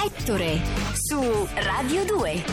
Ettore su Radio 2.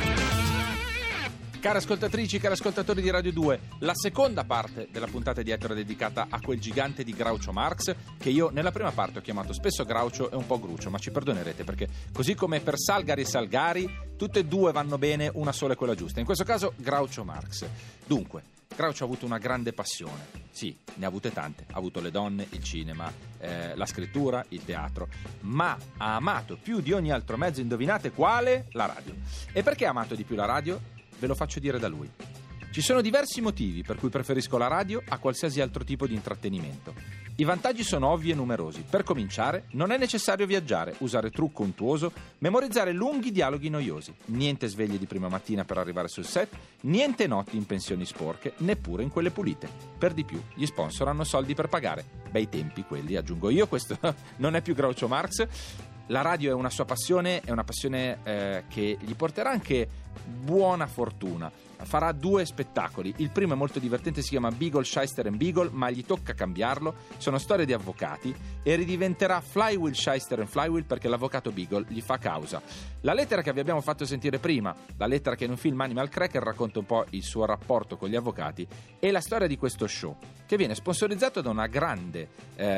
Care ascoltatrici, cari ascoltatori di Radio 2, la seconda parte della puntata di Ettore è dedicata a quel gigante di Groucho Marx che io nella prima parte ho chiamato spesso Groucho e un po' Grucio, ma ci perdonerete perché così come per Salgari e Salgari tutte e due vanno bene, una sola è quella giusta, in questo caso Groucho Marx. Dunque, Groucho ha avuto una grande passione, sì, ne ha avute tante, ha avuto le donne, il cinema, la scrittura, il teatro, ma ha amato più di ogni altro mezzo, indovinate quale? La radio. E perché ha amato di più la radio? Ve lo faccio dire da lui. Ci sono diversi motivi per cui preferisco la radio a qualsiasi altro tipo di intrattenimento. I vantaggi sono ovvi e numerosi. Per cominciare, non è necessario viaggiare, usare trucco untuoso, memorizzare lunghi dialoghi noiosi. Niente sveglie di prima mattina per arrivare sul set, niente notti in pensioni sporche, neppure in quelle pulite. Per di più, gli sponsor hanno soldi per pagare. Bei tempi quelli, aggiungo io, questo non è più Groucho Marx. La radio è una sua passione, è una passione che gli porterà anche buona fortuna. Farà 2 spettacoli, il primo è molto divertente, si chiama Beagle, Shyster and Beagle, ma gli tocca cambiarlo, sono storie di avvocati e ridiventerà Flywheel, Shyster and Flywheel perché l'avvocato Beagle gli fa causa. La lettera che vi abbiamo fatto sentire prima, la lettera che in un film Animal Cracker racconta un po' il suo rapporto con gli avvocati, è la storia di questo show che viene sponsorizzato da una grande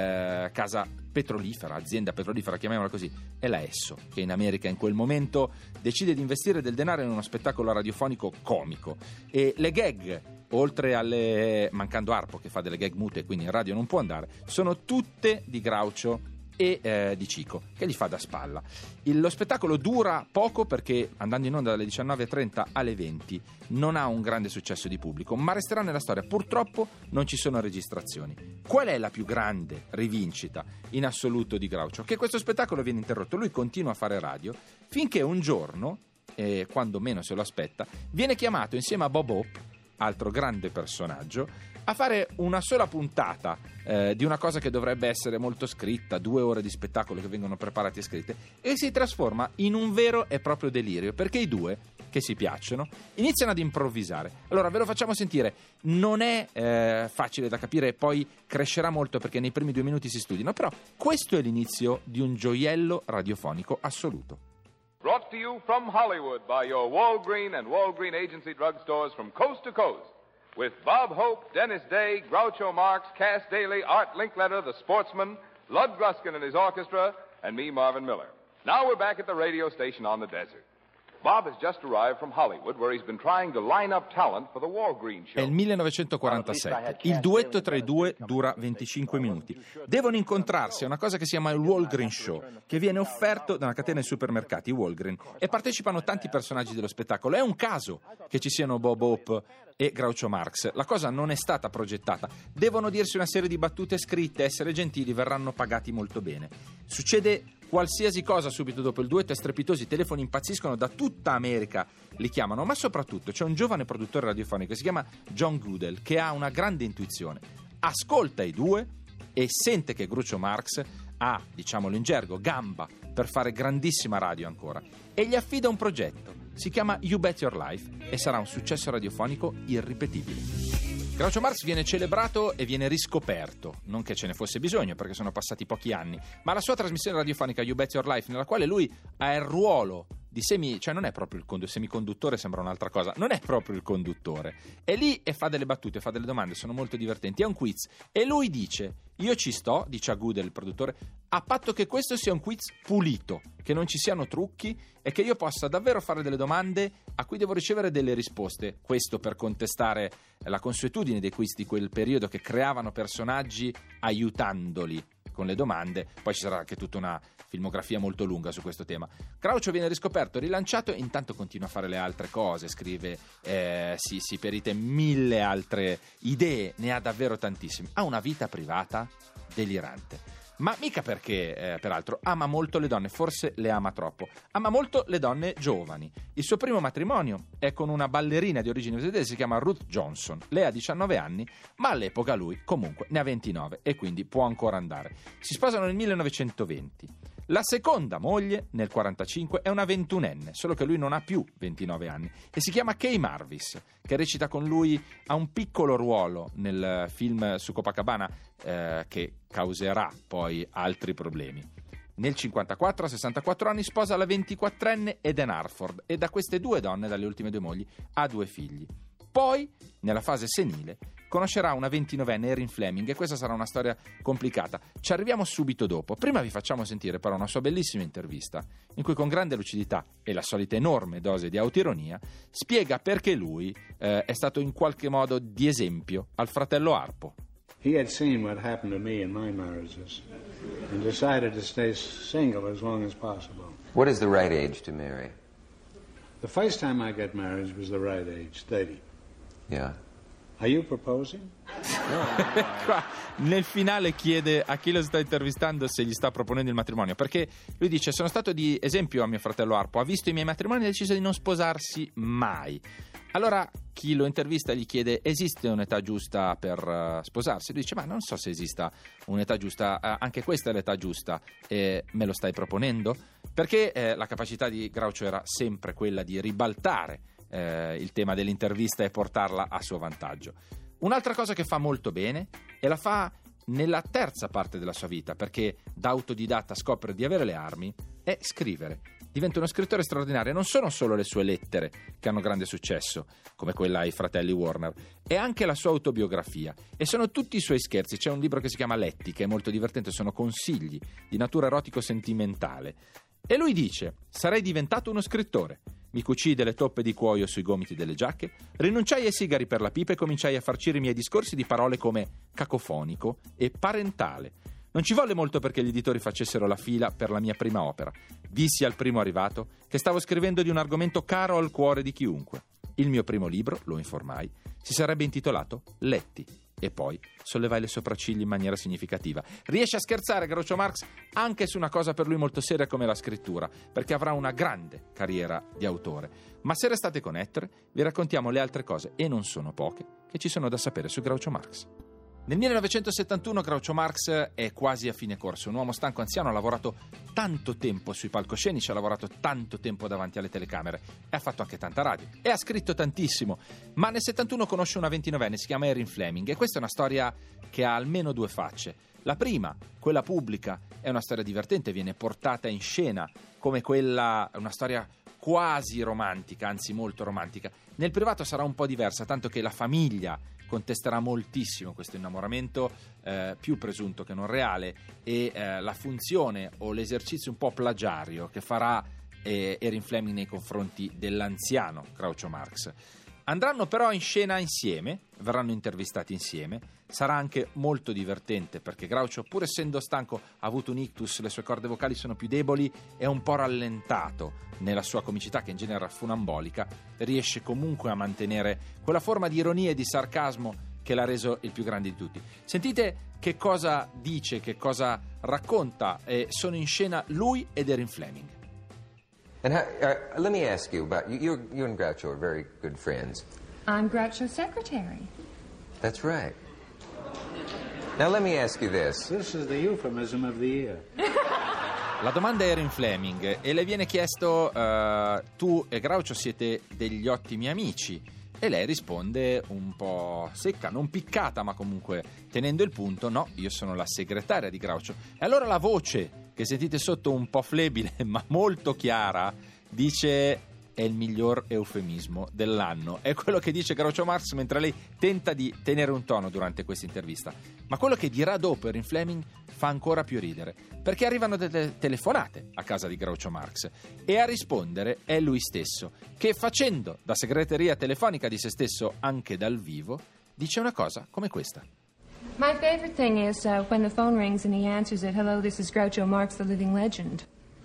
casa petrolifera, azienda petrolifera, chiamiamola così, è la Esso, che in America in quel momento decide di investire del denaro in uno spettacolo radiofonico comico. E le gag, oltre alle mancando Arpo che fa delle gag mute, quindi in radio non può andare, sono tutte di Groucho e di Cico, che gli fa da spalla. Lo spettacolo dura poco perché andando in onda dalle 19.30 alle 20 non ha un grande successo di pubblico, ma resterà nella storia. Purtroppo non ci sono registrazioni. Qual è la più grande rivincita in assoluto di Groucho? Che questo spettacolo viene interrotto, lui continua a fare radio finché un giorno, quando meno se lo aspetta, viene chiamato insieme a Bob Hope, altro grande personaggio, a fare una sola puntata di una cosa che dovrebbe essere molto scritta, 2 ore di spettacolo che vengono preparate e scritte, e si trasforma in un vero e proprio delirio, perché i due, che si piacciono, iniziano ad improvvisare. Allora ve lo facciamo sentire, non è facile da capire, poi crescerà molto perché nei primi 2 minuti si studiano, però questo è l'inizio di un gioiello radiofonico assoluto. Brought to you from Hollywood by your Walgreen and Walgreen Agency drugstores from coast to coast. With Bob Hope, Dennis Day, Groucho Marx, Cass Daly, Art Linkletter, the sportsman, Lud Gruskin and his orchestra, and me, Marvin Miller. Now we're back at the radio station on the desert. Bob has just arrived from Hollywood, where he's been trying to line up talent for the Walgreen Show. È il 1947. Il duetto tra i due dura 25 minuti. Devono incontrarsi a una cosa che si chiama il Walgreen Show, che viene offerto da una catena di supermercati, Walgreen, e partecipano tanti personaggi dello spettacolo. È un caso che ci siano Bob Hope e Groucho Marx. La cosa non è stata progettata. Devono dirsi una serie di battute scritte, essere gentili, verranno pagati molto bene. Succede qualsiasi cosa subito dopo il duetto, è strepitoso, i telefoni impazziscono, da tutta America li chiamano, ma soprattutto c'è un giovane produttore radiofonico che si chiama John Goodell, che ha una grande intuizione, ascolta i due e sente che Groucho Marx ha, diciamolo in gergo, gamba per fare grandissima radio ancora, e gli affida un progetto, si chiama You Bet Your Life e sarà un successo radiofonico irripetibile. Groucho Marx viene celebrato e viene riscoperto, non che ce ne fosse bisogno perché sono passati pochi anni, ma la sua trasmissione radiofonica You Bet Your Life, nella quale lui ha il ruolo di cioè non è proprio il semiconduttore, sembra un'altra cosa, non è proprio il conduttore, è lì e fa delle battute, fa delle domande, sono molto divertenti, è un quiz e lui dice, io ci sto, dice a Goodell il produttore, a patto che questo sia un quiz pulito, che non ci siano trucchi e che io possa davvero fare delle domande a cui devo ricevere delle risposte, questo per contestare la consuetudine dei quiz di quel periodo che creavano personaggi aiutandoli con le domande. Poi ci sarà anche tutta una filmografia molto lunga su questo tema. Groucho viene riscoperto, rilanciato e intanto continua a fare le altre cose, scrive, si perita in 1000 altre idee, ne ha davvero tantissime, ha una vita privata delirante. Ma mica perché, peraltro, ama molto le donne, forse le ama troppo. Ama molto le donne giovani. Il suo primo matrimonio è con una ballerina di origine svedese, si chiama Ruth Johnson. Lei ha 19 anni, ma all'epoca lui comunque ne ha 29 e quindi può ancora andare. Si sposano nel 1920. La seconda moglie, nel 1945, è una 21enne, solo che lui non ha più 29 anni e si chiama Kay Marvis, che recita con lui, ha un piccolo ruolo nel film su Copacabana che causerà poi altri problemi. Nel 1954, a 64 anni, sposa la 24enne Eden Harford e da queste due donne, dalle ultime due mogli, ha 2 figli. Poi, nella fase senile, conoscerà una 29enne, Erin Fleming, e questa sarà una storia complicata. Ci arriviamo subito dopo. Prima vi facciamo sentire però una sua bellissima intervista in cui con grande lucidità e la solita enorme dose di autoironia spiega perché lui è stato in qualche modo di esempio al fratello Harpo. He had seen what happened to me in my marriages and decided to stay single as long as possible. What is the right age to marry? The first time I got married was the right age, 30. Yeah. Are you proposing? Qua nel finale chiede a chi lo sta intervistando se gli sta proponendo il matrimonio, perché lui dice: sono stato di esempio a mio fratello Harpo, ha visto i miei matrimoni e ha deciso di non sposarsi mai. Allora chi lo intervista gli chiede: esiste un'età giusta per sposarsi? Lui dice: ma non so se esista un'età giusta, anche questa è l'età giusta, me lo stai proponendo? Perché la capacità di Groucho era sempre quella di ribaltare il tema dell'intervista e portarla a suo vantaggio. Un'altra cosa che fa molto bene, e la fa nella terza parte della sua vita, perché da autodidatta scopre di avere le armi, è scrivere. Diventa uno scrittore straordinario. Non sono solo le sue lettere che hanno grande successo, come quella ai fratelli Warner, è anche la sua autobiografia e sono tutti i suoi scherzi. C'è un libro che si chiama Letti, che è molto divertente, sono consigli di natura erotico-sentimentale. E lui dice: sarei diventato uno scrittore. Mi cucii delle toppe di cuoio sui gomiti delle giacche, rinunciai ai sigari per la pipa e cominciai a farcire i miei discorsi di parole come cacofonico e parentale. Non ci volle molto perché gli editori facessero la fila per la mia prima opera. Dissi al primo arrivato che stavo scrivendo di un argomento caro al cuore di chiunque. Il mio primo libro, lo informai, si sarebbe intitolato Letti. E poi sollevai le sopracciglia in maniera significativa. Riesce a scherzare Groucho Marx anche su una cosa per lui molto seria come la scrittura, perché avrà una grande carriera di autore. Ma se restate con Ettore, vi raccontiamo le altre cose, e non sono poche, che ci sono da sapere su Groucho Marx. Nel 1971 Groucho Marx è quasi a fine corso, un uomo stanco anziano, ha lavorato tanto tempo sui palcoscenici, ha lavorato tanto tempo davanti alle telecamere e ha fatto anche tanta radio e ha scritto tantissimo, ma nel 71 conosce una 29enne, si chiama Erin Fleming, e questa è una storia che ha almeno 2 facce. La prima, quella pubblica, è una storia divertente, viene portata in scena come quella, una storia quasi romantica, anzi molto romantica. Nel privato sarà un po' diversa, tanto che la famiglia contesterà moltissimo questo innamoramento più presunto che non reale, e la funzione o l'esercizio un po' plagiario che farà Erin Fleming nei confronti dell'anziano Groucho Marx. Andranno però in scena insieme, verranno intervistati insieme, sarà anche molto divertente perché Groucho, pur essendo stanco, ha avuto un ictus, le sue corde vocali sono più deboli, è un po' rallentato nella sua comicità che in genere era funambolica, riesce comunque a mantenere quella forma di ironia e di sarcasmo che l'ha reso il più grande di tutti. Sentite che cosa dice, che cosa racconta, sono in scena lui ed Erin Fleming. And let me ask you about you. You and Groucho are very good friends. I'm Groucho's secretary. That's right. Now let me ask you this. This is the euphemism of the year. La domanda è Erin Fleming e le viene chiesto: tu e Groucho siete degli ottimi amici? E lei risponde un po' secca, non piccata, ma comunque tenendo il punto: no, io sono la segretaria di Groucho. E allora la voce che sentite sotto, un po' flebile ma molto chiara, dice: è il miglior eufemismo dell'anno. È quello che dice Groucho Marx mentre lei tenta di tenere un tono durante questa intervista. Ma quello che dirà dopo Erin Fleming fa ancora più ridere, perché arrivano delle telefonate a casa di Groucho Marx e a rispondere è lui stesso, che facendo da segreteria telefonica di se stesso anche dal vivo dice una cosa come questa. My favorite thing is when the phone rings and he answers it, hello, this is Groucho Marx, the living legend.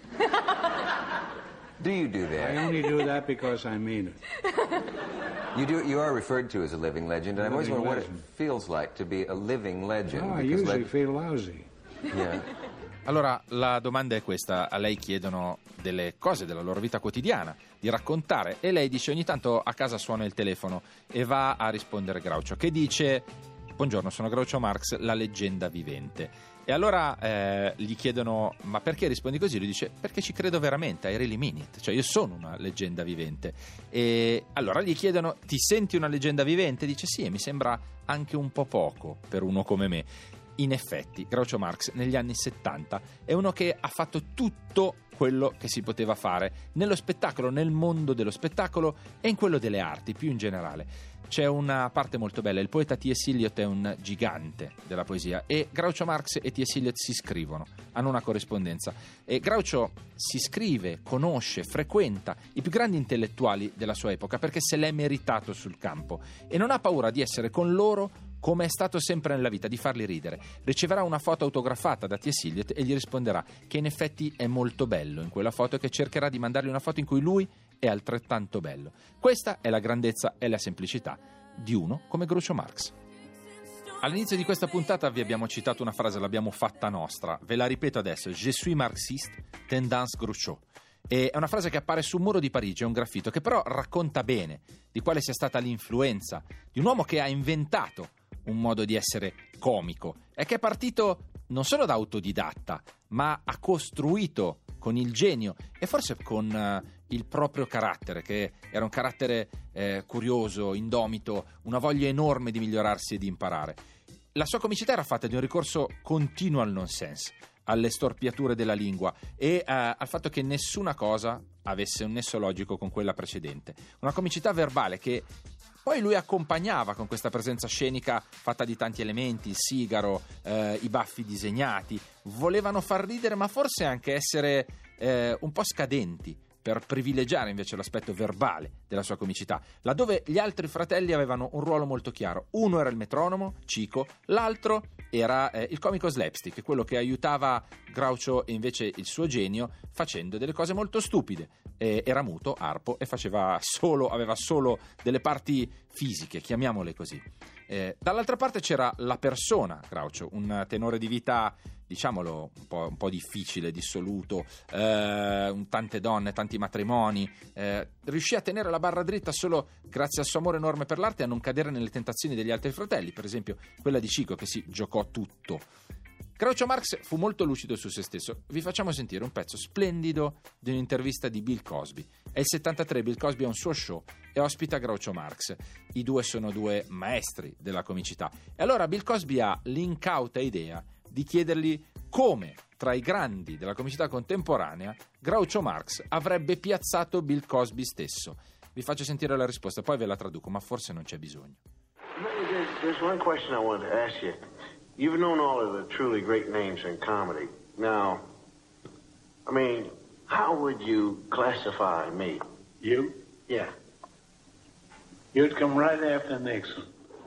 Do you do that? I only do that because I mean it. You do. You are referred to as a living legend, and I've always Living wondered what legend. it feels like to be a living legend. Oh, I because usually feel lousy. yeah. Allora, la domanda è questa: a lei chiedono delle cose della loro vita quotidiana, di raccontare, e lei dice: ogni tanto a casa suona il telefono, e va a rispondere Groucho, che dice: buongiorno, sono Groucho Marx, la leggenda vivente. E allora gli chiedono: ma perché rispondi così? Lui dice: perché ci credo veramente, I really mean it, cioè io sono una leggenda vivente. E allora gli chiedono: ti senti una leggenda vivente? Dice: sì, e mi sembra anche un po' poco per uno come me. in effetti Groucho Marx negli anni 70 è uno che ha fatto tutto quello che si poteva fare nello spettacolo, nel mondo dello spettacolo e in quello delle arti più in generale. C'è una parte molto bella: il poeta T.S. Eliot è un gigante della poesia e Groucho Marx e T.S. Eliot si scrivono, hanno una corrispondenza, e Groucho si scrive, conosce, frequenta i più grandi intellettuali della sua epoca perché se l'è meritato sul campo e non ha paura di essere con loro come è stato sempre nella vita, di farli ridere. Riceverà una foto autografata da T.S. Eliot e gli risponderà che in effetti è molto bello in quella foto e che cercherà di mandargli una foto in cui lui è altrettanto bello. Questa è la grandezza e la semplicità di uno come Groucho Marx. All'inizio di questa puntata vi abbiamo citato una frase, l'abbiamo fatta nostra, ve la ripeto adesso: Je suis marxiste, tendance Groucho. E è una frase che appare sul muro di Parigi, è un graffito che però racconta bene di quale sia stata l'influenza di un uomo che ha inventato un modo di essere comico e che è partito non solo da autodidatta, ma ha costruito con il genio e forse con il proprio carattere, che era un carattere curioso, indomito, una voglia enorme di migliorarsi e di imparare. La sua comicità era fatta di un ricorso continuo al nonsense, alle storpiature della lingua e al fatto che nessuna cosa avesse un nesso logico con quella precedente. Una comicità verbale che poi lui accompagnava con questa presenza scenica fatta di tanti elementi, il sigaro, i baffi disegnati. Volevano far ridere, ma forse anche essere un po' scadenti, per privilegiare invece l'aspetto verbale della sua comicità, laddove gli altri fratelli avevano un ruolo molto chiaro. Uno era il metronomo, Chico, l'altro era il comico slapstick, quello che aiutava Groucho e invece il suo genio facendo delle cose molto stupide. Era muto, arpo e aveva solo delle parti fisiche, chiamiamole così. Dall'altra parte c'era la persona Groucho, un tenore di vita, diciamolo, un po' difficile, dissoluto, tante donne, tanti matrimoni, riuscì a tenere la barra dritta solo grazie al suo amore enorme per l'arte e a non cadere nelle tentazioni degli altri fratelli, per esempio quella di Chico che si giocò tutto. Groucho Marx fu molto lucido su se stesso. Vi facciamo sentire un pezzo splendido di un'intervista di Bill Cosby. È il 73, Bill Cosby ha un suo show e ospita Groucho Marx. I due sono due maestri della comicità. E allora Bill Cosby ha l'incauta idea di chiedergli come, tra i grandi della comicità contemporanea, Groucho Marx avrebbe piazzato Bill Cosby stesso. Vi faccio sentire la risposta, poi ve la traduco, ma forse non c'è bisogno. There's one question I wanted to ask you. You've known all of the truly great names in comedy. Now, I mean, how would you classify me? You? Yeah. You'd come right after Nixon.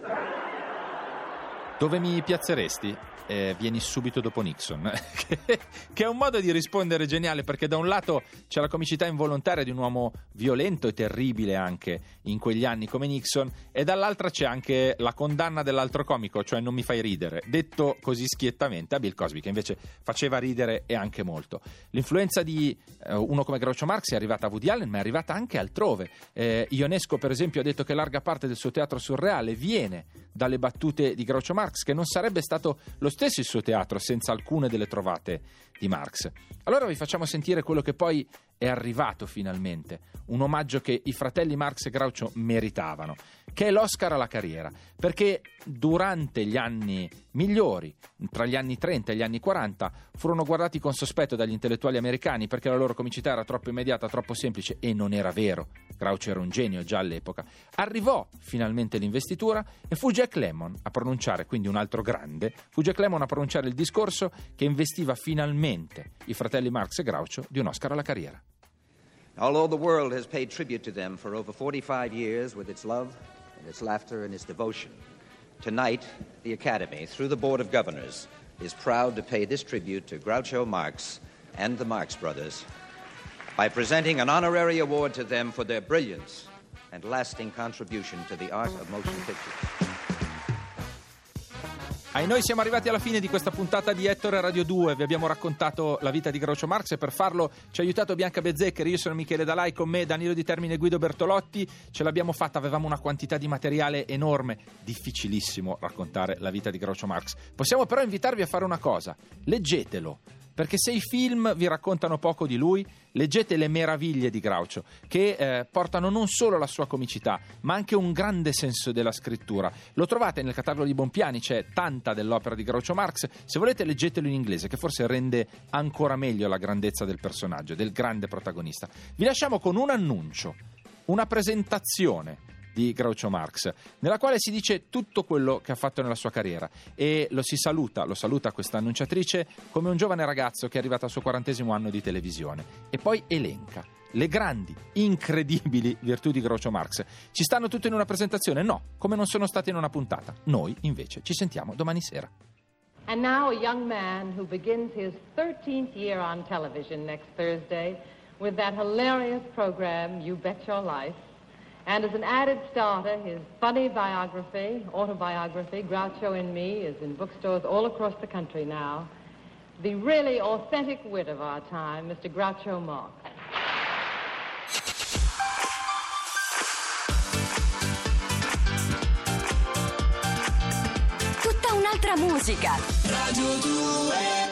Dove mi piazzeresti? Vieni subito dopo Nixon, che è un modo di rispondere geniale, perché da un lato c'è la comicità involontaria di un uomo violento e terribile anche in quegli anni come Nixon, e dall'altra c'è anche la condanna dell'altro comico, cioè non mi fai ridere, detto così schiettamente a Bill Cosby, che invece faceva ridere e anche molto. L'influenza di uno come Groucho Marx è arrivata a Woody Allen, ma è arrivata anche altrove. Ionesco, per esempio, ha detto che larga parte del suo teatro surreale viene dalle battute di Groucho Marx, che non sarebbe stato lo stesso il suo teatro senza alcune delle trovate di Marx. Allora vi facciamo sentire quello che poi è arrivato finalmente, un omaggio che i fratelli Marx e Groucho meritavano, che è l'Oscar alla carriera, perché durante gli anni migliori, tra gli anni 30 e gli anni 40, furono guardati con sospetto dagli intellettuali americani perché la loro comicità era troppo immediata, troppo semplice, e non era vero. Groucho era un genio già all'epoca. Arrivò finalmente l'investitura e fu Jack Lemmon a pronunciare, quindi un altro grande, fu Jack Lemmon a pronunciare il discorso che investiva finalmente i fratelli Marx e Groucho di un Oscar alla carriera. Although the world has paid tribute to them for over 45 years with its love and its laughter and its devotion, tonight the Academy, through the Board of Governors, is proud to pay this tribute to Groucho Marx and the Marx Brothers by presenting an honorary award to them for their brilliance and lasting contribution to the art of motion pictures. Noi siamo arrivati alla fine di questa puntata di Ettore Radio 2, vi abbiamo raccontato la vita di Groucho Marx e per farlo ci ha aiutato Bianca Bezzeccheri, io sono Michele Dalai, con me Danilo Di Termine e Guido Bertolotti. Ce l'abbiamo fatta, avevamo una quantità di materiale enorme, difficilissimo raccontare la vita di Groucho Marx. Possiamo però invitarvi a fare una cosa: leggetelo, perché se i film vi raccontano poco di lui, leggete Le meraviglie di Groucho, che portano non solo la sua comicità, ma anche un grande senso della scrittura. Lo trovate nel catalogo di Bompiani, c'è tanta dell'opera di Groucho Marx. Se volete leggetelo in inglese, che forse rende ancora meglio la grandezza del personaggio, del grande protagonista. Vi lasciamo con un annuncio, una presentazione di Groucho Marx, nella quale si dice tutto quello che ha fatto nella sua carriera e lo saluta questa annunciatrice come un giovane ragazzo che è arrivato al suo 40° anno di televisione, e poi elenca le grandi, incredibili virtù di Groucho Marx. Ci stanno tutte in una presentazione? No, come non sono state in una puntata. Noi invece ci sentiamo domani sera. And now a young man who begins his 13th year on television next Thursday with that hilarious program, You Bet Your Life. And as an added starter, his funny autobiography, Groucho and Me, is in bookstores all across the country now. The really authentic wit of our time, Mr. Groucho Marx. Tutta un'altra musica. Radio 2